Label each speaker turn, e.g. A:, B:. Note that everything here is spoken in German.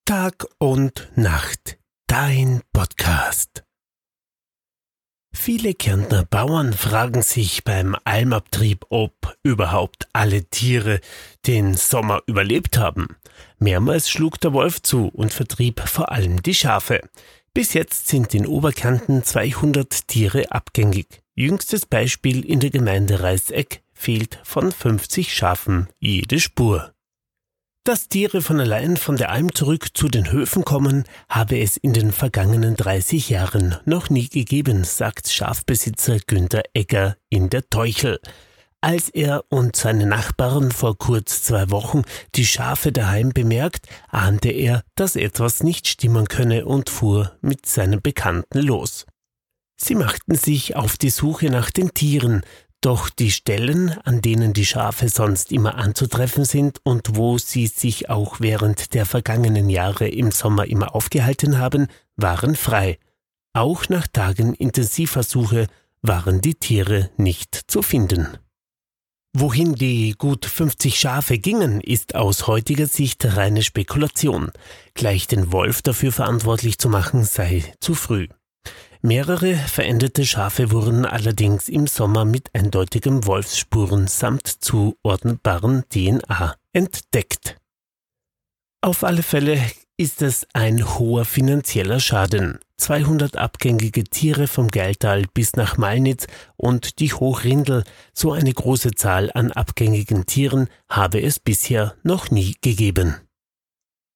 A: Tag und Nacht, dein Podcast. Viele Kärntner Bauern fragen sich beim Almabtrieb, ob überhaupt alle Tiere den Sommer überlebt haben. Mehrmals schlug der Wolf zu und vertrieb vor allem die Schafe. Bis jetzt sind in Oberkärnten 200 Tiere abgängig. Jüngstes Beispiel in der Gemeinde Reißeck fehlt von 50 Schafen jede Spur. Dass Tiere von allein von der Alm zurück zu den Höfen kommen, habe es in den vergangenen 30 Jahren noch nie gegeben, sagt Schafbesitzer Günther Egger in der Teuchel. Als er und seine Nachbarn vor kurz 2 Wochen die Schafe daheim bemerkt, ahnte er, dass etwas nicht stimmen könne und fuhr mit seinen Bekannten los. Sie machten sich auf die Suche nach den Tieren, doch die Stellen, an denen die Schafe sonst immer anzutreffen sind und wo sie sich auch während der vergangenen Jahre im Sommer immer aufgehalten haben, waren frei. Auch nach Tagen intensiver Suche waren die Tiere nicht zu finden. Wohin die gut 50 Schafe gingen, ist aus heutiger Sicht reine Spekulation. Gleich den Wolf dafür verantwortlich zu machen, sei zu früh. Mehrere verendete Schafe wurden allerdings im Sommer mit eindeutigem Wolfsspuren samt zuordnbaren DNA entdeckt. Auf alle Fälle ist es ein hoher finanzieller Schaden. 200 abgängige Tiere vom Geiltal bis nach Malnitz und die Hochrindel, so eine große Zahl an abgängigen Tieren habe es bisher noch nie gegeben.